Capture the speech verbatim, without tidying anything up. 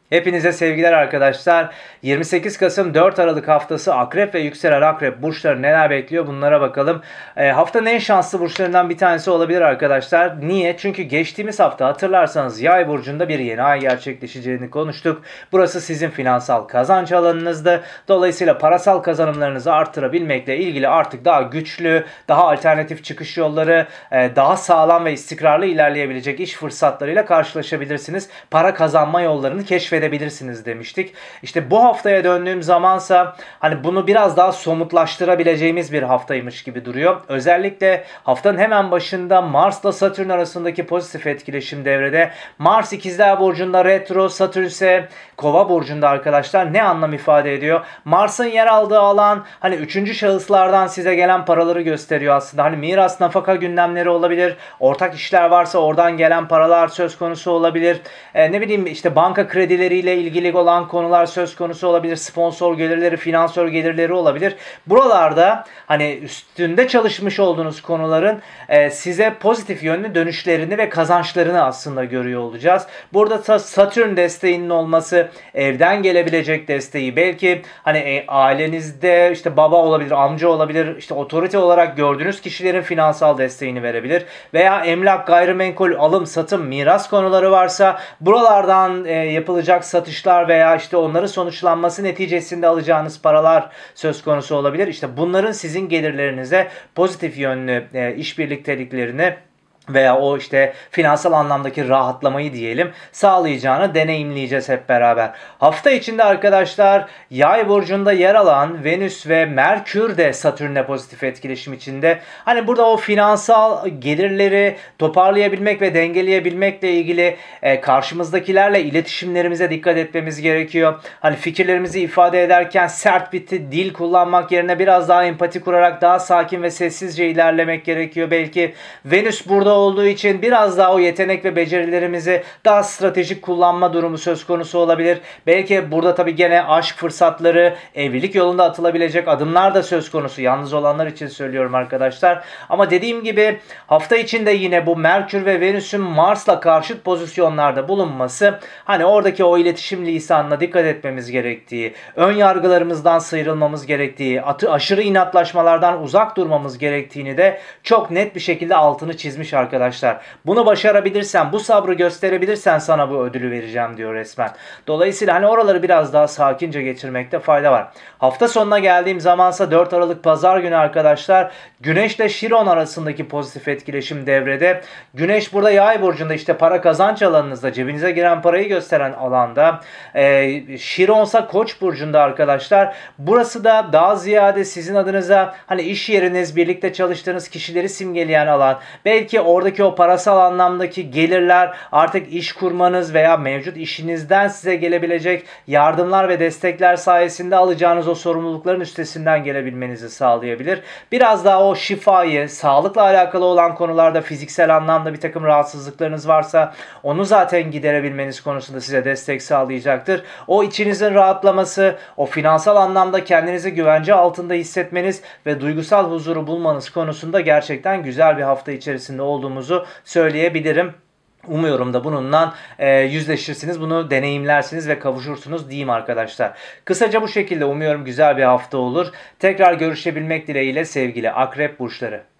Hepinize sevgiler arkadaşlar. yirmi sekiz Kasım dört Aralık haftası Akrep ve yükselen Akrep burçları neler bekliyor bunlara bakalım. E, haftanın en şanslı burçlarından bir tanesi olabilir arkadaşlar. Niye? Çünkü geçtiğimiz hafta hatırlarsanız Yay burcunda bir yeni ay gerçekleşeceğini konuştuk. Burası sizin finansal kazanç alanınızdı. Dolayısıyla parasal kazanımlarınızı arttırabilmekle ilgili artık daha güçlü, daha alternatif çıkış yolları, e, daha sağlam ve istikrarlı ilerleyebilecek iş fırsatlarıyla karşılaşabilirsiniz. Para kazanma yollarını keşfedebilirsiniz edebilirsiniz demiştik. İşte bu haftaya döndüğüm zamansa hani bunu biraz daha somutlaştırabileceğimiz bir haftaymış gibi duruyor. Özellikle haftanın hemen başında Mars'la Satürn arasındaki pozitif etkileşim devrede. Mars İkizler Burcu'nda retro, Satürn ise Kova Burcu'nda arkadaşlar. Ne anlam ifade ediyor? Mars'ın yer aldığı alan hani üçüncü şahıslardan size gelen paraları gösteriyor aslında. Hani miras, nafaka gündemleri olabilir. Ortak işler varsa oradan gelen paralar söz konusu olabilir. Ee, ne bileyim işte banka kredileri ile ilgili olan konular söz konusu olabilir. Sponsor gelirleri, finansör gelirleri olabilir. Buralarda hani üstünde çalışmış olduğunuz konuların e, size pozitif yönlü dönüşlerini ve kazançlarını aslında görüyor olacağız. Burada Satürn desteğinin olması, evden gelebilecek desteği, belki hani e, ailenizde işte baba olabilir, amca olabilir, işte otorite olarak gördüğünüz kişilerin finansal desteğini verebilir. Veya emlak, gayrimenkul, alım, satım, miras konuları varsa buralardan e, yapılacak satışlar veya işte onların sonuçlanması neticesinde alacağınız paralar söz konusu olabilir. İşte bunların sizin gelirlerinize pozitif yönlü e, iş birlikteliklerini veya o işte finansal anlamdaki rahatlamayı diyelim sağlayacağını deneyimleyeceğiz hep beraber. Hafta içinde arkadaşlar Yay burcunda yer alan Venüs ve Merkür de Satürn'le pozitif etkileşim içinde. Hani burada o finansal gelirleri toparlayabilmek ve dengeleyebilmekle ilgili e, karşımızdakilerle iletişimlerimize dikkat etmemiz gerekiyor. Hani fikirlerimizi ifade ederken sert bir dil kullanmak yerine biraz daha empati kurarak daha sakin ve sessizce ilerlemek gerekiyor. Belki Venüs burada olduğu için biraz daha o yetenek ve becerilerimizi daha stratejik kullanma durumu söz konusu olabilir. Belki burada tabii gene aşk fırsatları, evlilik yolunda atılabilecek adımlar da söz konusu. Yalnız olanlar için söylüyorum arkadaşlar. Ama dediğim gibi hafta içinde yine bu Merkür ve Venüs'ün Mars'la karşıt pozisyonlarda bulunması hani oradaki o iletişim lisanına dikkat etmemiz gerektiği, ön yargılarımızdan sıyrılmamız gerektiği, atı, aşırı inatlaşmalardan uzak durmamız gerektiğini de çok net bir şekilde altını çizmiş arkadaşlar. Arkadaşlar bunu başarabilirsen, bu sabrı gösterebilirsen sana bu ödülü vereceğim diyor resmen. Dolayısıyla hani oraları biraz daha sakince geçirmekte fayda var. Hafta sonuna geldiğim zamansa dört Aralık Pazar günü arkadaşlar Güneş ile Şiron arasındaki pozitif etkileşim devrede. Güneş burada Yay burcunda işte para kazanç alanınızda cebinize giren parayı gösteren alanda. Ee, Şironsa Koç burcunda arkadaşlar. Burası da daha ziyade sizin adınıza hani iş yeriniz, birlikte çalıştığınız kişileri simgeleyen alan. Belki oradaki o parasal anlamdaki gelirler artık iş kurmanız veya mevcut işinizden size gelebilecek yardımlar ve destekler sayesinde alacağınız o sorumlulukların üstesinden gelebilmenizi sağlayabilir. Biraz daha o şifayı, sağlıkla alakalı olan konularda fiziksel anlamda bir takım rahatsızlıklarınız varsa onu zaten giderebilmeniz konusunda size destek sağlayacaktır. O içinizin rahatlaması, o finansal anlamda kendinizi güvence altında hissetmeniz ve duygusal huzuru bulmanız konusunda gerçekten güzel bir hafta içerisinde olduğumuzu söyleyebilirim. Umuyorum da bununla e, yüzleşirsiniz, bunu deneyimlersiniz ve kavuşursunuz diyeyim arkadaşlar. Kısaca bu şekilde umuyorum güzel bir hafta olur. Tekrar görüşebilmek dileğiyle sevgili Akrep burçları.